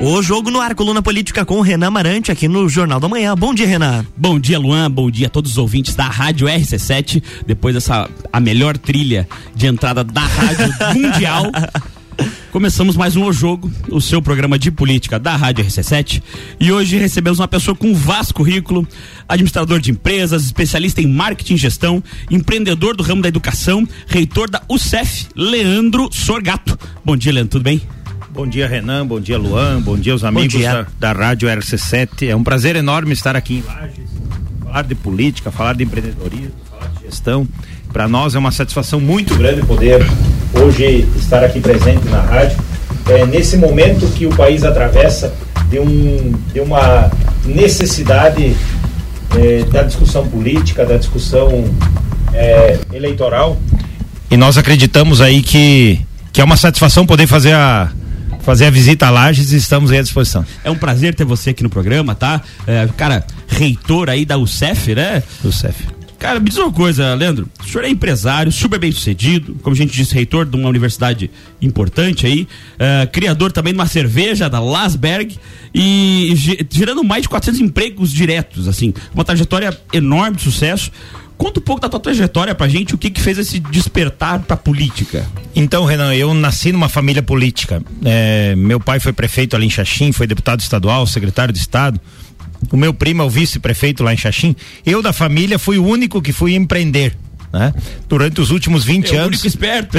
O Jogo no Ar, coluna política com o Renan Marante aqui no Jornal da Manhã. Bom dia, Renan. Bom dia, Luan. Bom dia a todos os ouvintes da Rádio RC7. Depois dessa, a melhor trilha de entrada da Rádio Mundial. Começamos mais um O Jogo, o seu programa de política da Rádio RC7. E hoje recebemos uma pessoa com um vasto currículo, administrador de empresas, especialista em marketing e gestão, empreendedor do ramo da educação, reitor da UCEF, Leandro Sorgato. Bom dia, Leandro, tudo bem? Bom dia, Renan, bom dia, Luan, bom dia aos amigos da Rádio RC7. É um prazer enorme estar aqui em Lages, falar de política, falar de empreendedorismo, falar de gestão. Para nós é uma satisfação muito grande poder hoje estar aqui presente na rádio, nesse momento que o país atravessa de uma necessidade da discussão política, da discussão eleitoral, e nós acreditamos aí que é uma satisfação poder fazer a visita a Lages e estamos aí à disposição. É um prazer ter você aqui no programa, tá? Cara, reitor aí da UCEF, né? UCEF. Cara, me diz uma coisa, Leandro, o senhor é empresário, super bem sucedido, como a gente disse, reitor de uma universidade importante aí, criador também de uma cerveja da Lasberg e gerando mais de 400 empregos diretos, assim, uma trajetória enorme de sucesso. Conta um pouco da tua trajetória pra gente, o que fez esse despertar pra política. Então, Renan, eu nasci numa família política. Meu pai foi prefeito ali em Xaxim, foi deputado estadual, secretário de Estado. O meu primo é o vice-prefeito lá em Xaxim. Eu, da família, fui o único que fui empreender, né? Durante os últimos 20 anos. O único esperto.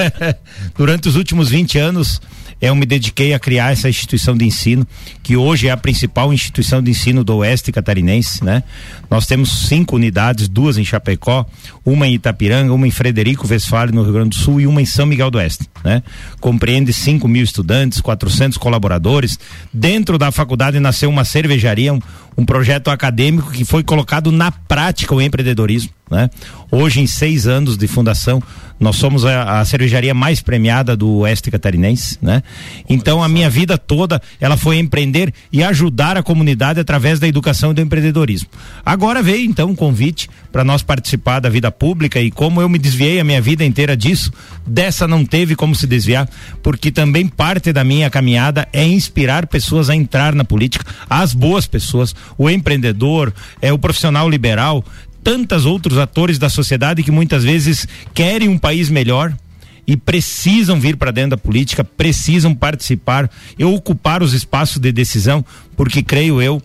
Durante os últimos 20 anos, eu me dediquei a criar essa instituição de ensino, que hoje é a principal instituição de ensino do Oeste Catarinense, né? Nós temos 5 unidades, 2 em Chapecó, uma em Itapiranga, uma em Frederico Westphalen, no Rio Grande do Sul, e uma em São Miguel do Oeste, né? Compreende 5.000 estudantes, 400 colaboradores. Dentro da faculdade nasceu uma cervejaria, um projeto acadêmico que foi colocado na prática o empreendedorismo, né? Hoje, em 6 anos de fundação, nós somos a cervejaria mais premiada do Oeste Catarinense, né? Então a minha vida toda ela foi empreender e ajudar a comunidade através da educação e do empreendedorismo. Agora veio então um convite para nós participar da vida pública, e como eu me desviei a minha vida inteira disso, dessa não teve como se desviar, porque também parte da minha caminhada é inspirar pessoas a entrar na política, as boas pessoas, o empreendedor, o profissional liberal, tantos outros atores da sociedade que muitas vezes querem um país melhor e precisam vir para dentro da política, precisam participar e ocupar os espaços de decisão, porque creio eu,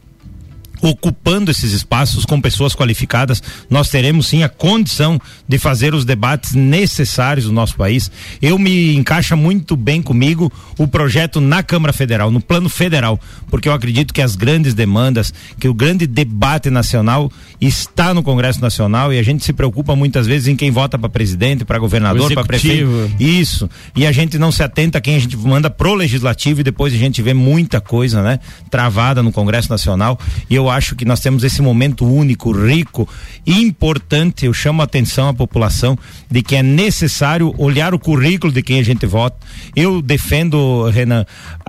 ocupando esses espaços com pessoas qualificadas, nós teremos sim a condição de fazer os debates necessários do nosso país. Eu me encaixa muito bem comigo o projeto na Câmara Federal, no plano federal, porque eu acredito que as grandes demandas, que o grande debate nacional está no Congresso Nacional, e a gente se preocupa muitas vezes em quem vota para presidente, para governador, para prefeito. Isso. E a gente não se atenta a quem a gente manda pro legislativo, e depois a gente vê muita coisa, né, travada no Congresso Nacional. E eu acho que nós temos esse momento único, rico e importante. Eu chamo a atenção à população de que é necessário olhar o currículo de quem a gente vota. Eu defendo, Renan,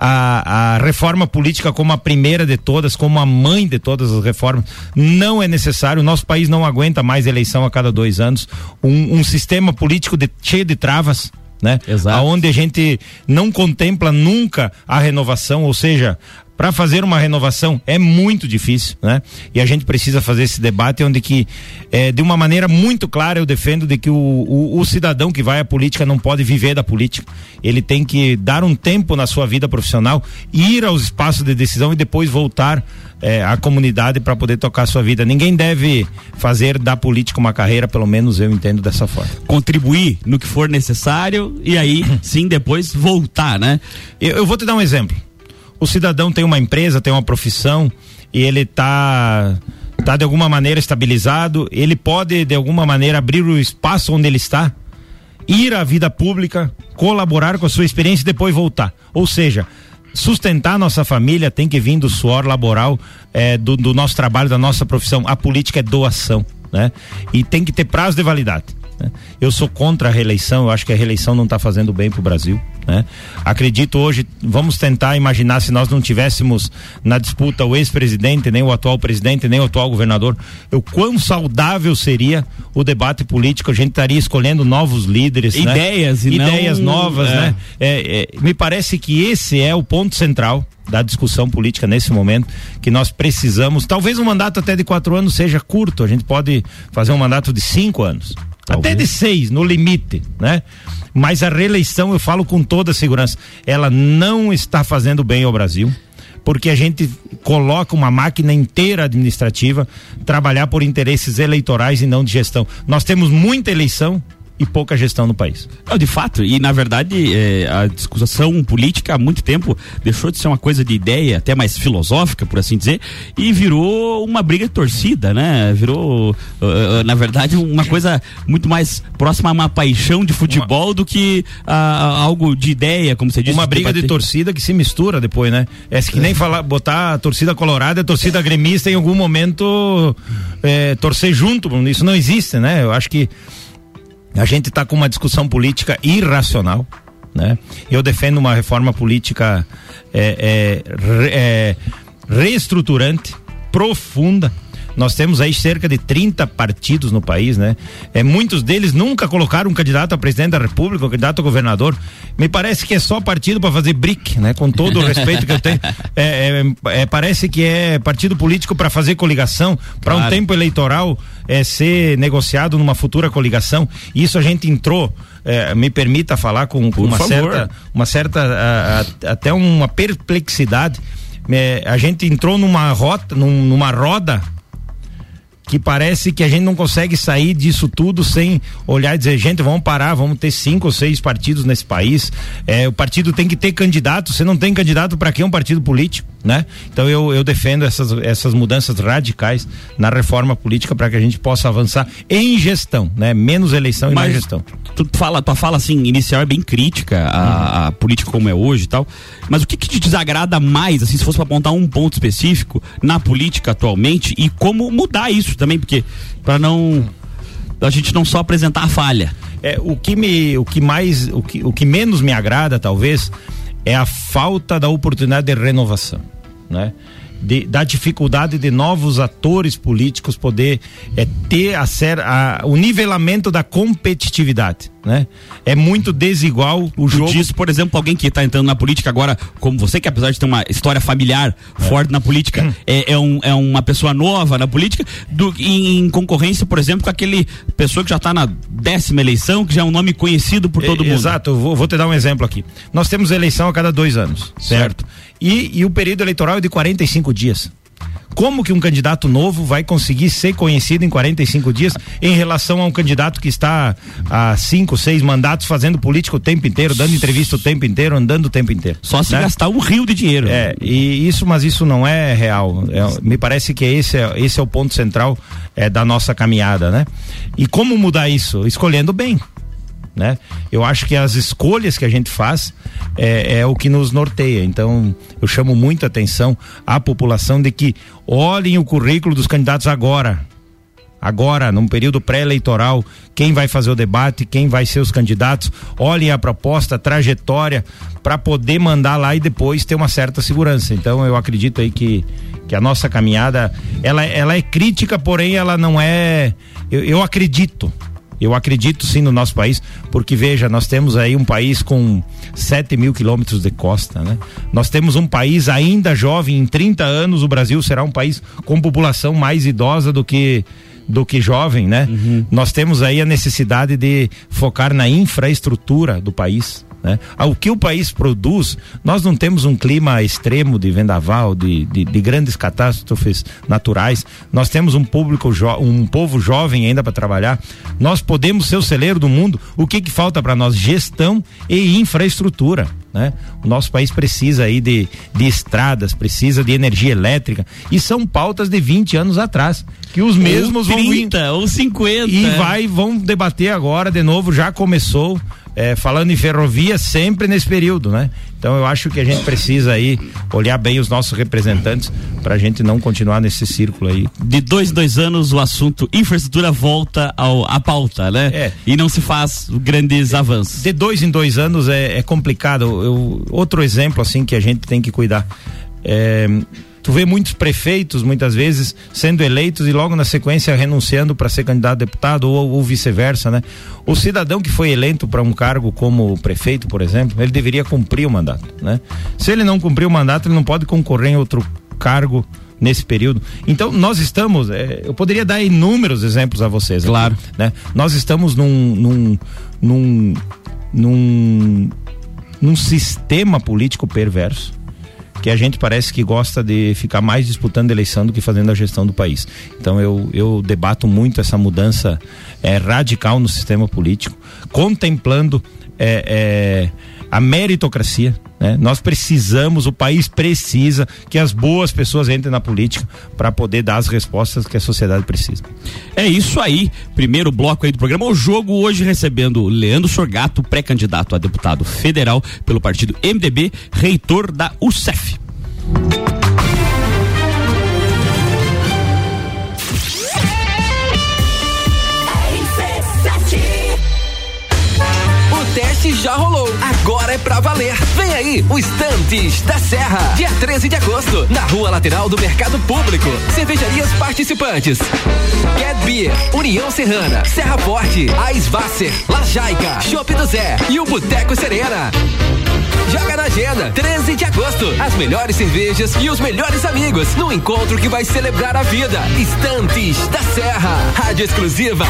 a reforma política como a primeira de todas, como a mãe de todas as reformas. Não é necessário, o nosso país não aguenta mais eleição a cada 2 anos, um sistema político cheio de travas, né? Exato. Aonde a gente não contempla nunca a renovação, ou seja, para fazer uma renovação é muito difícil, né? E a gente precisa fazer esse debate onde que, de uma maneira muito clara, eu defendo de que o cidadão que vai à política não pode viver da política. Ele tem que dar um tempo na sua vida profissional, ir aos espaços de decisão e depois voltar à comunidade para poder tocar a sua vida. Ninguém deve fazer da política uma carreira, pelo menos eu entendo dessa forma. Contribuir no que for necessário e aí sim depois voltar, né? Eu vou te dar um exemplo. O cidadão tem uma empresa, tem uma profissão e ele tá de alguma maneira estabilizado, ele pode de alguma maneira abrir o espaço onde ele está, ir à vida pública, colaborar com a sua experiência e depois voltar. Ou seja, sustentar nossa família tem que vir do suor laboral, do nosso trabalho, da nossa profissão. A política é doação, né? E tem que ter prazo de validade. Eu sou contra a reeleição, eu acho que a reeleição não está fazendo bem para o Brasil, né? Acredito hoje, vamos tentar imaginar se nós não tivéssemos na disputa o ex-presidente, nem o atual presidente, nem o atual governador, o quão saudável seria o debate político. A gente estaria escolhendo novos líderes, ideias, né? Ideias novas, né? Me parece que esse é o ponto central, da discussão política nesse momento, que nós precisamos, talvez um mandato até de 4 anos seja curto, a gente pode fazer um mandato de 5 anos, talvez. Até de 6, no limite, né? Mas a reeleição, eu falo com toda segurança, ela não está fazendo bem ao Brasil, porque a gente coloca uma máquina inteira administrativa trabalhar por interesses eleitorais e não de gestão. Nós temos muita eleição e pouca gestão no país. De fato, e na verdade a discussão política há muito tempo deixou de ser uma coisa de ideia até mais filosófica, por assim dizer, e virou uma briga de torcida, né? Virou, na verdade, uma coisa muito mais próxima a uma paixão de futebol do que algo de ideia, como você disse. Uma briga de torcida que se mistura depois, né? É que nem botar a torcida colorada e a torcida gremista em algum momento torcer junto, isso não existe, né? Eu acho que a gente está com uma discussão política irracional, né? Eu defendo uma reforma política reestruturante, profunda. Nós temos aí cerca de 30 partidos no país, né? Muitos deles nunca colocaram um candidato a presidente da República, um candidato a governador. Me parece que é só partido para fazer bric, né? Com todo o respeito que eu tenho. Parece que é partido político para fazer coligação, para um tempo eleitoral ser negociado numa futura coligação. Isso a gente entrou, me permita falar com uma certa até uma perplexidade. A gente entrou numa roda que parece que a gente não consegue sair disso tudo sem olhar e dizer, gente, vamos parar, vamos ter 5 ou 6 partidos nesse país. O partido tem que ter candidato, você não tem candidato, para que um partido político, né? Então eu defendo essas mudanças radicais na reforma política para que a gente possa avançar em gestão, né? Menos eleição e mais gestão. Tua fala assim, inicial é bem crítica a política como é hoje e tal, mas o que te desagrada mais, assim, se fosse para apontar um ponto específico na política atualmente e como mudar isso também, porque para a gente não só apresentar a falha. O que menos me agrada, talvez, é a falta da oportunidade de renovação, né? Da dificuldade de novos atores políticos poder ter o nivelamento da competitividade, né? É muito desigual o jogo. Diz, por exemplo, alguém que está entrando na política agora, como você, que apesar de ter uma história familiar forte na política, é uma pessoa nova na política, em concorrência, por exemplo, com aquele pessoa que já está na 10ª eleição, que já é um nome conhecido por todo mundo. Exato, vou te dar um exemplo aqui. Nós temos eleição a cada 2 anos, certo? E o período eleitoral é de 45 dias. Como que um candidato novo vai conseguir ser conhecido em 45 dias em relação a um candidato que está há 5, 6 mandatos fazendo política o tempo inteiro, dando entrevista o tempo inteiro, andando o tempo inteiro? Só se gastar um rio de dinheiro. Mas isso não é real. Me parece que esse é o ponto central da nossa caminhada, né? E como mudar isso? Escolhendo bem, né? Eu acho que as escolhas que a gente faz é o que nos norteia. Então eu chamo muita atenção à população de que olhem o currículo dos candidatos agora, num período pré-eleitoral, quem vai fazer o debate, quem vai ser os candidatos, olhem a proposta, a trajetória, para poder mandar lá e depois ter uma certa segurança. Então eu acredito aí que a nossa caminhada, ela é crítica, porém ela não é, eu acredito sim no nosso país, porque veja, nós temos aí um país com 7.000 quilômetros de costa, né? Nós temos um país ainda jovem, em 30 anos o Brasil será um país com população mais idosa do que jovem, né? Nós temos aí a necessidade de focar na infraestrutura do país, né? O que o país produz, nós não temos um clima extremo de vendaval, de grandes catástrofes naturais. Nós temos um povo jovem ainda para trabalhar. Nós podemos ser o celeiro do mundo. O que falta para nós? Gestão e infraestrutura, né? O nosso país precisa aí de estradas, precisa de energia elétrica, e são pautas de 20 anos atrás que os mesmos 30 ou 50 e vão debater agora de novo. Já começou falando em ferrovia sempre nesse período, né? Então eu acho que a gente precisa aí olhar bem os nossos representantes pra gente não continuar nesse círculo aí. De 2 em 2 anos o assunto infraestrutura volta à pauta, né? E não se faz grandes avanços. De 2 em 2 anos é complicado. Outro exemplo assim que a gente tem que cuidar, Tu vê muitos prefeitos, muitas vezes, sendo eleitos e logo na sequência renunciando para ser candidato a deputado ou vice-versa, né? O cidadão que foi eleito para um cargo como prefeito, por exemplo, ele deveria cumprir o mandato, né? Se ele não cumprir o mandato, ele não pode concorrer em outro cargo nesse período. Então nós estamos, eu poderia dar inúmeros exemplos a vocês, claro, aqui, né? Nós estamos num sistema político perverso, que a gente parece que gosta de ficar mais disputando a eleição do que fazendo a gestão do país. Então eu debato muito essa mudança radical no sistema político, contemplando a meritocracia, né? Nós precisamos, o país precisa que as boas pessoas entrem na política para poder dar as respostas que a sociedade precisa. É isso aí, primeiro bloco aí do programa. O jogo hoje recebendo Leandro Sorgato, pré-candidato a deputado federal pelo partido MDB, reitor da UCEF. O teste já rolou, agora é pra valer. Vem aí, o Estantes da Serra, dia 13 de agosto, na rua lateral do Mercado Público. Cervejarias participantes: Get Beer, União Serrana, Serra Forte, Eisvasser, La Jaica, Chopp do Zé e o Boteco Serena. Joga na agenda, 13 de agosto, as melhores cervejas e os melhores amigos, no encontro que vai celebrar a vida. Estantes da Serra, rádio exclusiva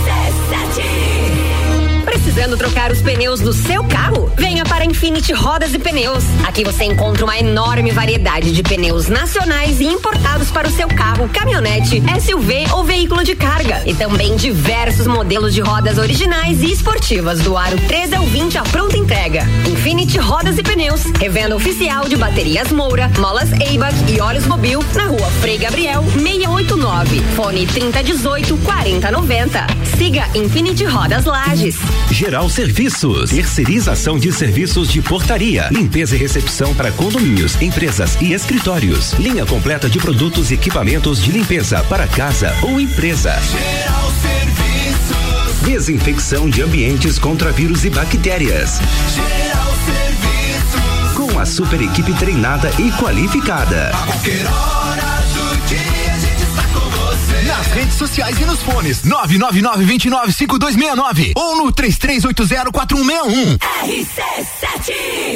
Precisando trocar os pneus do seu carro? Venha para Infinity Rodas e Pneus. Aqui você encontra uma enorme variedade de pneus nacionais e importados para o seu carro, caminhonete, SUV ou veículo de carga. E também diversos modelos de rodas originais e esportivas do aro 13 ao 20 à pronta entrega. Infinity Rodas e Pneus, revenda oficial de baterias Moura, molas Eibach e óleos Mobil, na rua Frei Gabriel 689. Fone 3018-4090. Siga Infinity Rodas Lages. Geral Serviços, terceirização de serviços de portaria, limpeza e recepção para condomínios, empresas e escritórios. Linha completa de produtos e equipamentos de limpeza para casa ou empresa. Geral Serviços. Desinfecção de ambientes contra vírus e bactérias. Geral Serviços. Com a super equipe treinada e qualificada. A qualquer hora do dia a gente está com você. Nas redes sociais e nos fones 999-295269 ou no 33804161. RC7.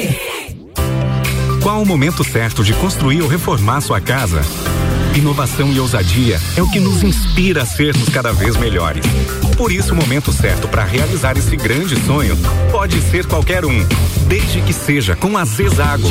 Qual o momento certo de construir ou reformar sua casa? Inovação e ousadia é o que nos inspira a sermos cada vez melhores. Por isso, o momento certo para realizar esse grande sonho pode ser qualquer um, desde que seja com a Zezago.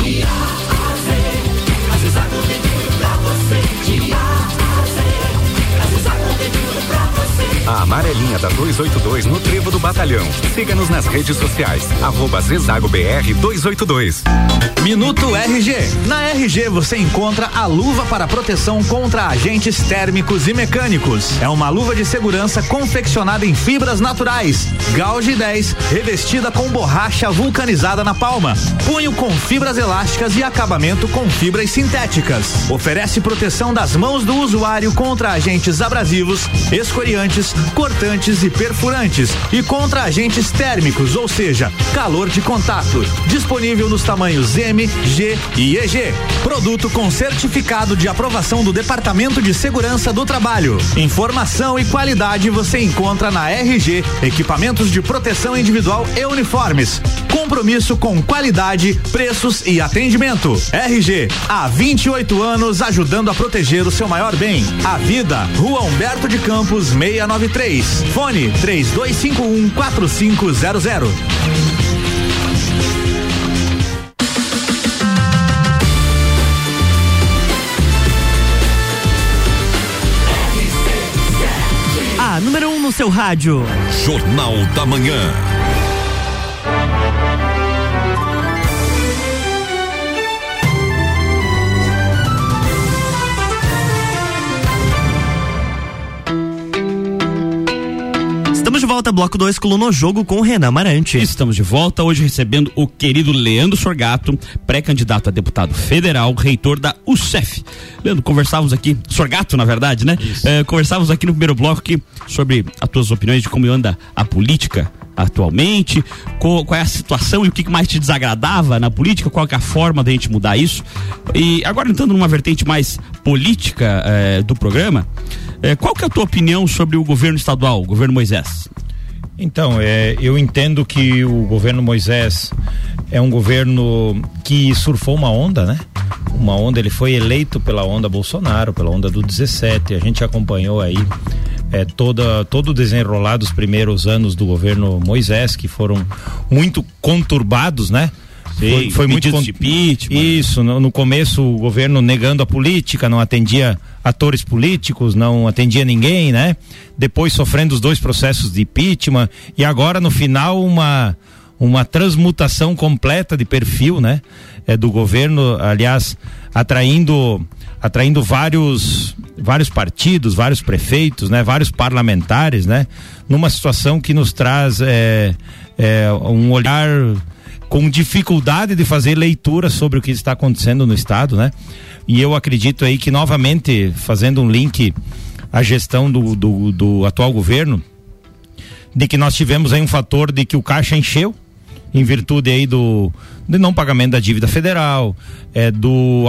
A amarelinha da 282 no Trevo do Batalhão. Siga-nos nas redes sociais, @ZezagoBR282. Minuto RG. Na RG você encontra a luva para proteção contra agentes térmicos e mecânicos. É uma luva de segurança confeccionada em fibras naturais. Gauge 10, revestida com borracha vulcanizada na palma. Punho com fibras elásticas e acabamento com fibras sintéticas. Oferece proteção das mãos do usuário contra agentes abrasivos, escoriantes, cortantes e perfurantes e contra agentes térmicos, ou seja, calor de contato. Disponível nos tamanhos M, G e EG. Produto com certificado de aprovação do Departamento de Segurança do Trabalho. Informação e qualidade você encontra na RG, equipamentos de proteção individual e uniformes. Compromisso com qualidade, preços e atendimento. RG, há 28 anos ajudando a proteger o seu maior bem, a vida. Rua Humberto de Campos 693. Fone 3251-4500. A número 1 no seu rádio. Jornal da Manhã. Estamos de volta, bloco 2, coluna Jogo com Renan Amarante. Estamos de volta, hoje recebendo o querido Leandro Sorgato, pré-candidato a deputado federal, reitor da UCEF. Leandro, conversávamos aqui, Sorgato na verdade, né? Conversávamos aqui no primeiro bloco aqui sobre as tuas opiniões de como anda a política atualmente, qual é a situação e o que mais te desagradava na política, qual é a forma da gente mudar isso. E agora entrando numa vertente mais política do programa, qual que é a tua opinião sobre o governo estadual, o governo Moisés? Então, eu entendo que o governo Moisés é um governo que surfou uma onda, né? Uma onda, ele foi eleito pela onda Bolsonaro, pela onda do 17, a gente acompanhou aí todo o desenrolar dos primeiros anos do governo Moisés, que foram muito conturbados, né? Sim, foi muito de impeachment. Isso, no começo o governo negando a política, não atendia atores políticos, não atendia ninguém, né? Depois sofrendo os 2 processos de impeachment e agora no final uma transmutação completa de perfil, né? Do governo, aliás, atraindo vários partidos, vários prefeitos, né? Vários parlamentares, né? Numa situação que nos traz um olhar com dificuldade de fazer leitura sobre o que está acontecendo no estado, né? E eu acredito aí que, novamente, fazendo um link à gestão do atual governo, de que nós tivemos aí um fator de que o caixa encheu, em virtude aí do não pagamento da dívida federal, do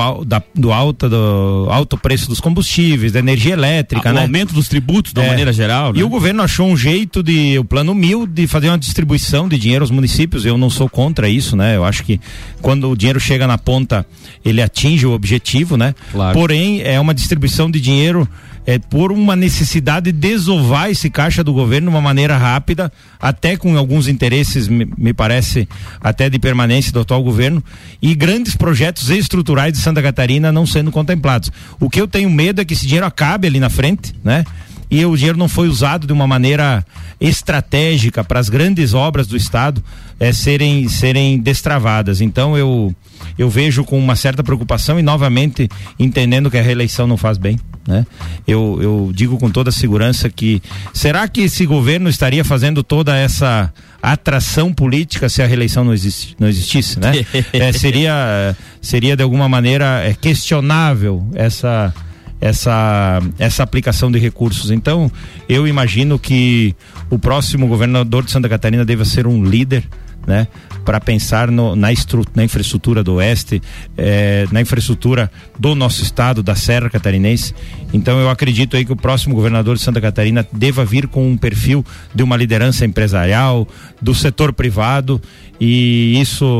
alto preço dos combustíveis, da energia elétrica, né? O aumento dos tributos de uma maneira geral, né? E o governo achou um jeito o plano 1000 de fazer uma distribuição de dinheiro aos municípios. Eu não sou contra isso, né? Eu acho que quando o dinheiro chega na ponta, ele atinge o objetivo, né? Claro. Porém, é uma distribuição de dinheiro por uma necessidade de desovar esse caixa do governo de uma maneira rápida, até com alguns interesses, me parece, até de permanência do atual governo, e grandes projetos estruturais de Santa Catarina não sendo contemplados. O que eu tenho medo é que esse dinheiro acabe ali na frente, né? E o dinheiro não foi usado de uma maneira estratégica para as grandes obras do estado serem destravadas. Então eu vejo com uma certa preocupação e novamente entendendo que a reeleição não faz bem, né? Eu digo com toda segurança que será que esse governo estaria fazendo toda essa atração política se a reeleição não existisse, né? Seria de alguma maneira questionável essa aplicação de recursos. Então eu imagino que o próximo governador de Santa Catarina deva ser um líder, né? Para pensar na infraestrutura do Oeste, na infraestrutura do nosso estado, da Serra Catarinense. Então eu acredito aí que o próximo governador de Santa Catarina deva vir com um perfil de uma liderança empresarial, do setor privado, e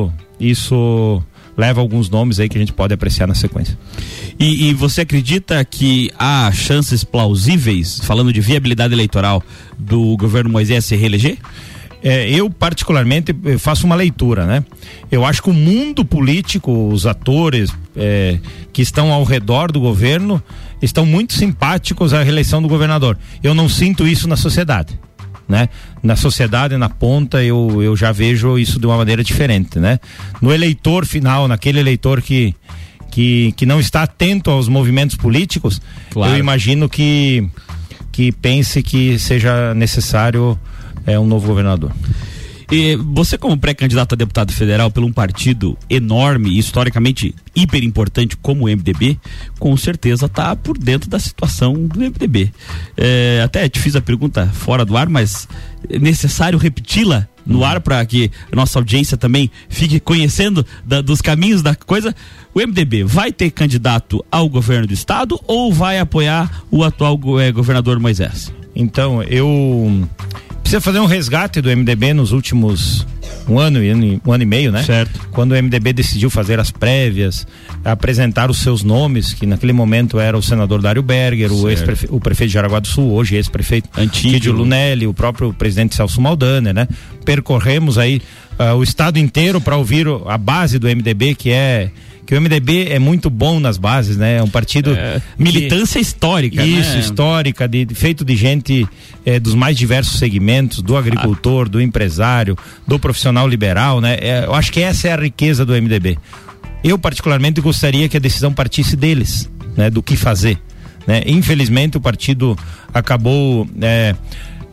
isso leva alguns nomes aí que a gente pode apreciar na sequência. E você acredita que há chances plausíveis, falando de viabilidade eleitoral, do governo Moisés se reeleger? Eu particularmente faço uma leitura, né? Eu acho que o mundo político, os atores que estão ao redor do governo estão muito simpáticos à reeleição do governador. Eu não sinto isso na sociedade, né? Na sociedade, na ponta, eu já vejo isso de uma maneira diferente, né? No eleitor final, naquele eleitor que não está atento aos movimentos políticos, claro, eu imagino que pense que seja necessário um novo governador. E você, como pré-candidato a deputado federal por um partido enorme e historicamente hiper importante como o MDB, com certeza está por dentro da situação do MDB. Até te fiz a pergunta fora do ar, mas é necessário repeti-la no ar para que a nossa audiência também fique conhecendo dos caminhos da coisa. O MDB vai ter candidato ao governo do estado ou vai apoiar o atual governador Moisés? Então, precisa fazer um resgate do MDB nos últimos um ano e meio, né? Certo. Quando o MDB decidiu fazer as prévias, apresentar os seus nomes, que naquele momento era o senador Dário Berger, o prefeito de Jaraguá do Sul, hoje ex-prefeito Tídio Lunelli, o próprio presidente Celso Maldaner, né? Percorremos aí o estado inteiro para ouvir a base do MDB, que o MDB é muito bom nas bases, né? É um partido militância histórica, isso, né? Histórica, feito de gente dos mais diversos segmentos, do agricultor, do empresário, do profissional liberal, né? Eu acho que essa é a riqueza do MDB. Eu particularmente gostaria que a decisão partisse deles, né? Do que fazer, né? Infelizmente o partido acabou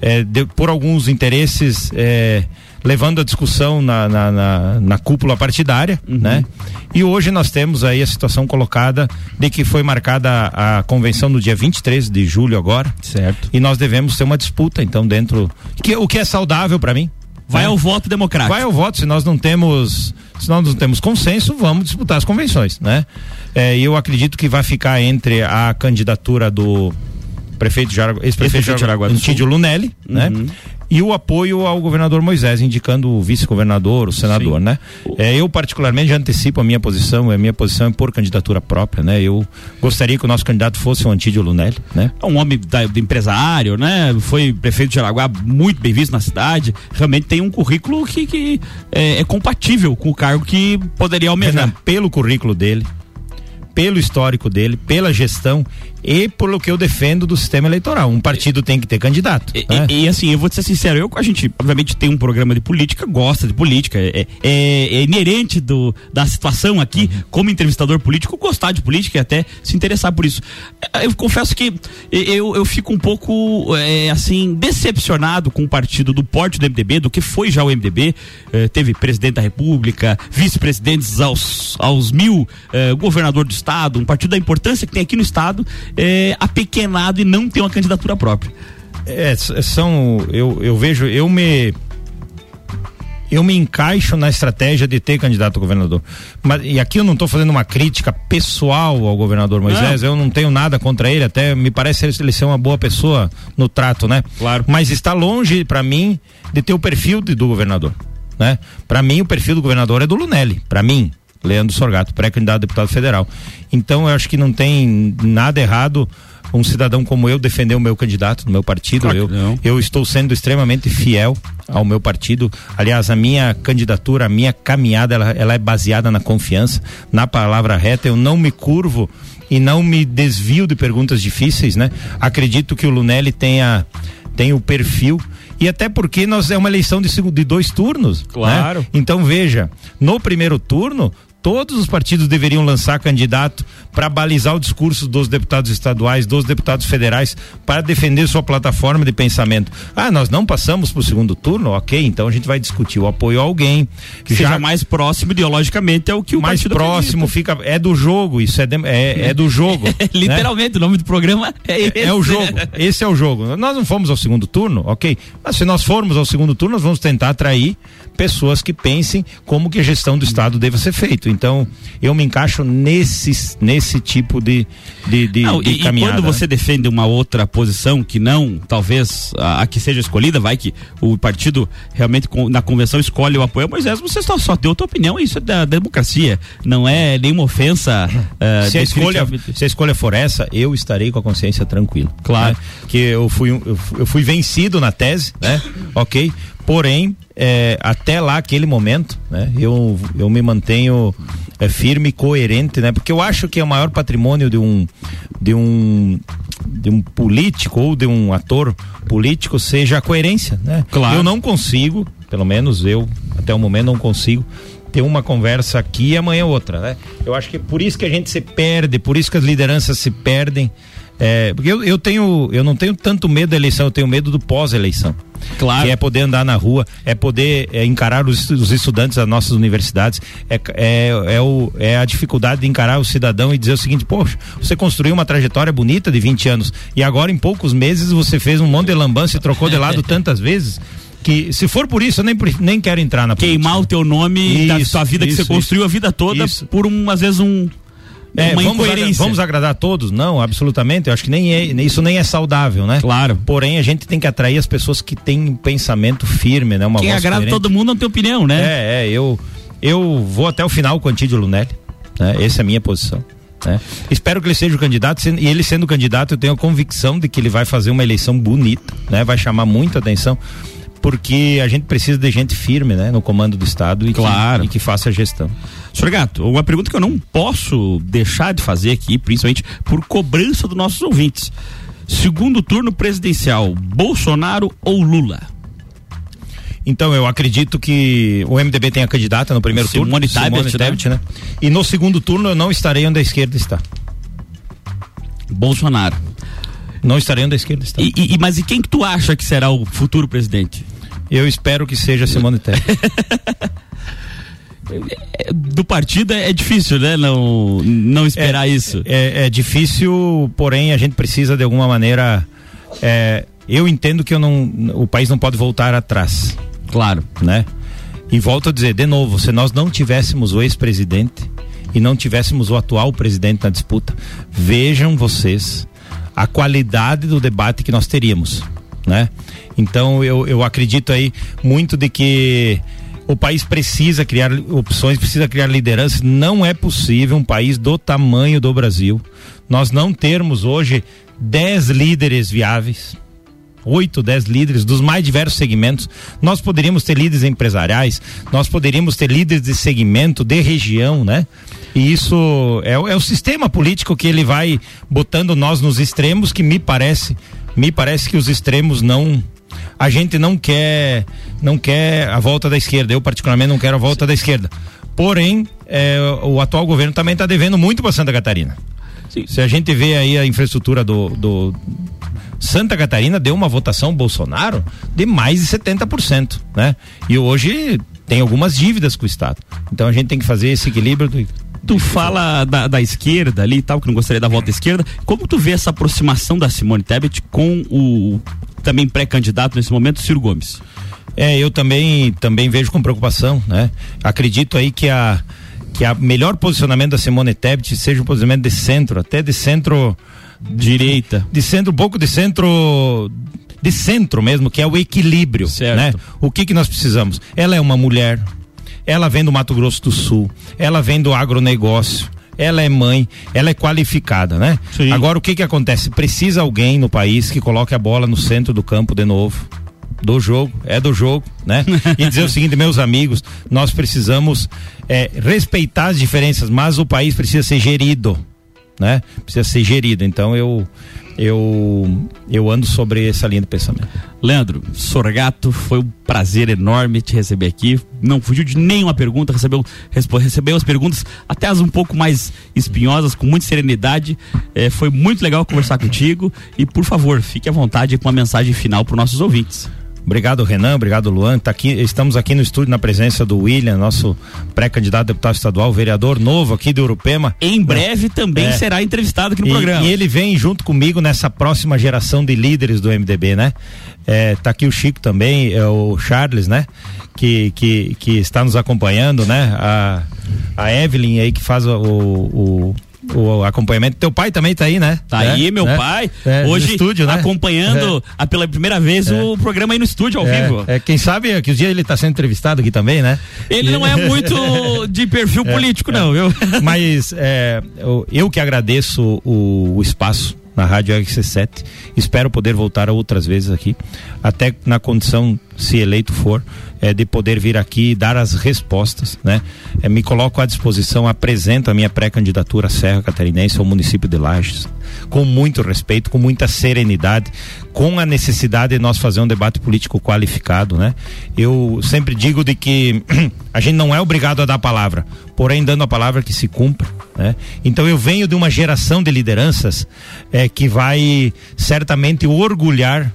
por alguns interesses levando a discussão na cúpula partidária, né? E hoje nós temos aí a situação colocada de que foi marcada a convenção no dia 23 de julho agora. Certo. E nós devemos ter uma disputa, então, o que é saudável para mim. Vai ao voto democrático. Vai ao voto, se nós não temos consenso, vamos disputar as convenções, né? Eu acredito que vai ficar entre a candidatura do ex-prefeito de Jaraguá do Sul, Antídio Lunelli, né? E o apoio ao governador Moisés, indicando o vice-governador, o senador, né? Eu particularmente já antecipo a minha posição é por candidatura própria, né? Eu gostaria que o nosso candidato fosse o Antídio Lunelli, né? É um homem do empresário, né? Foi prefeito de Jaraguá, muito bem visto na cidade, realmente tem um currículo que é compatível com o cargo que poderia almejar. Pelo currículo dele, pelo histórico dele, pela gestão e pelo que eu defendo do sistema eleitoral. Um partido tem que ter candidato. E assim, eu vou te ser sincero, a gente obviamente tem um programa de política, gosta de política, é inerente da situação aqui, como entrevistador político, gostar de política e até se interessar por isso. Eu confesso que eu fico um pouco assim, decepcionado com o partido do porte do MDB, do que foi já o MDB, teve presidente da República, vice-presidentes aos 1000, governador do estado, um partido da importância que tem aqui no estado, apequenado e não tem uma candidatura própria. Eu vejo, eu me encaixo na estratégia de ter candidato a governador. E aqui eu não estou fazendo uma crítica pessoal ao governador Moisés, eu não tenho nada contra ele, até me parece ele ser uma boa pessoa no trato, né? Claro. Mas está longe, para mim, de ter o perfil do governador, né? Para mim, o perfil do governador é do Lunelli, para mim. Leandro Sorgato, pré-candidato a deputado federal. Então eu acho que não tem nada errado um cidadão como eu defender o meu candidato no meu partido. Claro, eu estou sendo extremamente fiel ao meu partido. Aliás, a minha candidatura, a minha caminhada, ela é baseada na confiança, na palavra reta. Eu não me curvo e não me desvio de perguntas difíceis, né? Acredito que o Lunelli tem o perfil. E até porque é uma eleição de 2 turnos. Claro. Né? Então veja, no primeiro turno, todos os partidos deveriam lançar candidato para balizar o discurso dos deputados estaduais, dos deputados federais, para defender sua plataforma de pensamento. Nós não passamos para o segundo turno, ok, então a gente vai discutir o apoio a alguém que seja mais próximo ideologicamente é o que o mais partido próximo acredita. É do jogo, isso é do jogo. Literalmente, né? O nome do programa é esse. É o jogo, esse é o jogo. Nós não fomos ao segundo turno, ok, mas se nós formos ao segundo turno, nós vamos tentar atrair pessoas que pensem como que a gestão do estado deva ser feita. Então, eu me encaixo nesse tipo de caminhada. E quando você defende uma outra posição que não, talvez, a que seja escolhida, vai que o partido realmente na convenção escolhe o apoio a Moisés, você só deu a tua opinião, isso é da democracia, não é nenhuma ofensa. Se a escolha for essa, eu estarei com a consciência tranquila. Claro. Né? Que eu fui vencido na tese, né? Ok? Porém, até lá, aquele momento, né? Eu me mantenho firme e coerente, né? Porque eu acho que é o maior patrimônio de um político ou de um ator político seja a coerência, né? Claro. Eu não consigo, pelo menos eu, até o momento, não consigo ter uma conversa aqui e amanhã outra, né? Eu acho que é por isso que a gente se perde, por isso que as lideranças se perdem. Porque eu não tenho tanto medo da eleição, eu tenho medo do pós-eleição. Claro. Que é poder andar na rua, é poder encarar os estudantes das nossas universidades, é a dificuldade de encarar o cidadão e dizer o seguinte: poxa, você construiu uma trajetória bonita de 20 anos e agora em poucos meses você fez um monte de lambança e trocou de lado tantas vezes. Que se for por isso, eu nem quero entrar na política. Queimar o teu nome da sua vida que você construiu a vida toda por às vezes uma incoerência. Vamos agradar a todos? Não, absolutamente. Eu acho que isso nem é saudável, né? Claro. Porém, a gente tem que atrair as pessoas que têm um pensamento firme, né? Quem agrada coerente. Todo mundo não tem opinião, né? Eu vou até o final com o Antídio Lunelli, né? Essa é a minha posição. Né? Espero que ele seja o candidato, e ele sendo candidato, eu tenho a convicção de que ele vai fazer uma eleição bonita, né? Vai chamar muita atenção, porque a gente precisa de gente firme, né? No comando do estado e que faça a gestão. Sorgato, uma pergunta que eu não posso deixar de fazer aqui, principalmente por cobrança dos nossos ouvintes: segundo turno presidencial, Bolsonaro ou Lula? Então, eu acredito que o MDB tem a candidata no primeiro turno, Simone Tebet, né? E no segundo turno eu não estarei onde a esquerda está. Bolsonaro. Não estarei onde a esquerda está. Mas e quem que tu acha que será o futuro presidente? Eu espero que seja Simone Tebet. Do partido é difícil, né? Não esperar isso. É difícil, porém a gente precisa de alguma maneira. Eu entendo que o país não pode voltar atrás. Claro. Né? E volto a dizer, de novo, se nós não tivéssemos o ex-presidente e não tivéssemos o atual presidente na disputa, vejam vocês a qualidade do debate que nós teríamos, né? Então eu acredito aí muito de que o país precisa criar opções, precisa criar lideranças. Não é possível um país do tamanho do Brasil nós não termos hoje 10 líderes viáveis, 8, 10 líderes dos mais diversos segmentos. Nós poderíamos ter líderes empresariais, nós poderíamos ter líderes de segmento, de região, né? E isso é o sistema político que ele vai botando nós nos extremos, que me parece que os extremos a gente não quer a volta da esquerda. Eu particularmente não quero a volta da esquerda. Porém, o atual governo também está devendo muito para Santa Catarina. Sim. Se a gente vê aí a infraestrutura do Santa Catarina, deu uma votação Bolsonaro de mais de 70%, né? E hoje tem algumas dívidas com o Estado. Então a gente tem que fazer esse equilíbrio. Tu fala da esquerda ali e tal, que não gostaria da volta da esquerda. Como tu vê essa aproximação da Simone Tebet com o também pré-candidato nesse momento, Ciro Gomes? Eu também vejo com preocupação, né? Acredito aí que a melhor posicionamento da Simone Tebet seja um posicionamento de centro, até de centro direita, de centro, um pouco de centro mesmo, que é o equilíbrio, certo, né? O que nós precisamos? Ela é uma mulher, ela vem do Mato Grosso do Sul, ela vem do agronegócio, ela é mãe, ela é qualificada, né? Sim. Agora o que acontece? Precisa alguém no país que coloque a bola no centro do campo de novo. Do jogo, né? E dizer o seguinte, meus amigos, nós precisamos respeitar as diferenças, mas o país precisa ser gerido, né? Precisa ser gerido. Então eu ando sobre essa linha de pensamento. Leandro Sorgato, foi um prazer enorme te receber aqui. Não fugiu de nenhuma pergunta, recebeu as perguntas, até as um pouco mais espinhosas, com muita serenidade. Foi muito legal conversar contigo e, por favor, fique à vontade com uma mensagem final para os nossos ouvintes. Obrigado, Renan, obrigado, Luan. Estamos aqui no estúdio na presença do William, nosso pré-candidato a deputado estadual, vereador novo aqui do Urupema. Em breve também será entrevistado aqui no programa. E ele vem junto comigo nessa próxima geração de líderes do MDB, né? Tá aqui o Chico também, o Charles, né? Que está nos acompanhando, né? A Evelyn aí que faz o acompanhamento. Teu pai também tá aí, né? Tá aí, meu pai. Hoje, estúdio, né? Acompanhando pela primeira vez o programa aí no estúdio, ao vivo. Quem sabe que os dias ele tá sendo entrevistado aqui também, né? Ele não é muito de perfil político, não, viu? Mas eu que agradeço o espaço na Rádio RC7, espero poder voltar outras vezes aqui, até na condição, se eleito for, de poder vir aqui e dar as respostas, né? Me coloco à disposição, apresento a minha pré-candidatura à Serra Catarinense, ao município de Lages, com muito respeito, com muita serenidade, com a necessidade de nós fazer um debate político qualificado, né? Eu sempre digo de que a gente não é obrigado a dar a palavra, porém dando a palavra que se cumpra, né? Então eu venho de uma geração de lideranças que vai certamente orgulhar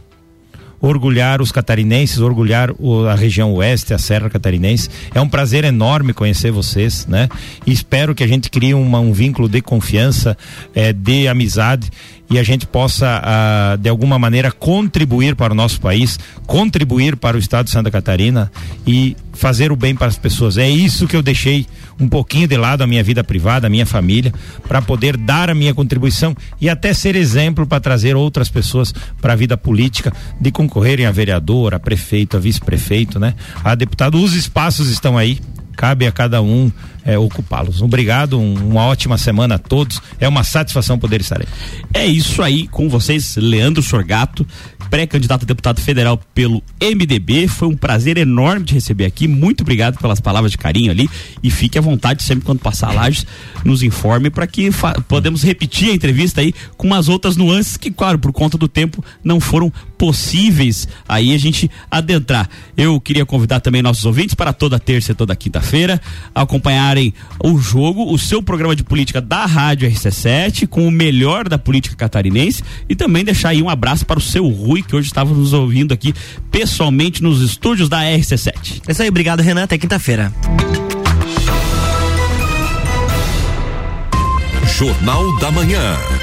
os catarinenses, orgulhar a região oeste, a Serra Catarinense. É um prazer enorme conhecer vocês, né? E espero que a gente crie um vínculo de confiança, de amizade, e a gente possa, de alguma maneira, contribuir para o nosso país, contribuir para o estado de Santa Catarina e fazer o bem para as pessoas. É isso que eu deixei um pouquinho de lado, a minha vida privada, a minha família, para poder dar a minha contribuição e até ser exemplo para trazer outras pessoas para a vida política, de concorrerem a vereador, a prefeito, a vice-prefeito, né? A deputado. Os espaços estão aí, cabe a cada um ocupá-los. Obrigado, uma ótima semana a todos, é uma satisfação poder estar aí. É isso aí com vocês, Leandro Sorgato, pré-candidato a deputado federal pelo MDB. Foi um prazer enorme te receber aqui, muito obrigado pelas palavras de carinho ali, e fique à vontade sempre quando passar a Lages, nos informe para que podemos repetir a entrevista aí com umas outras nuances que, claro, por conta do tempo não foram possíveis aí a gente adentrar. Eu queria convidar também nossos ouvintes para toda terça e toda quinta-feira acompanhar acompanharem o jogo, o seu programa de política da Rádio RC7, com o melhor da política catarinense, e também deixar aí um abraço para o seu Rui, que hoje estava nos ouvindo aqui pessoalmente nos estúdios da RC7. É isso aí, obrigado, Renan, até quinta-feira. Jornal da Manhã.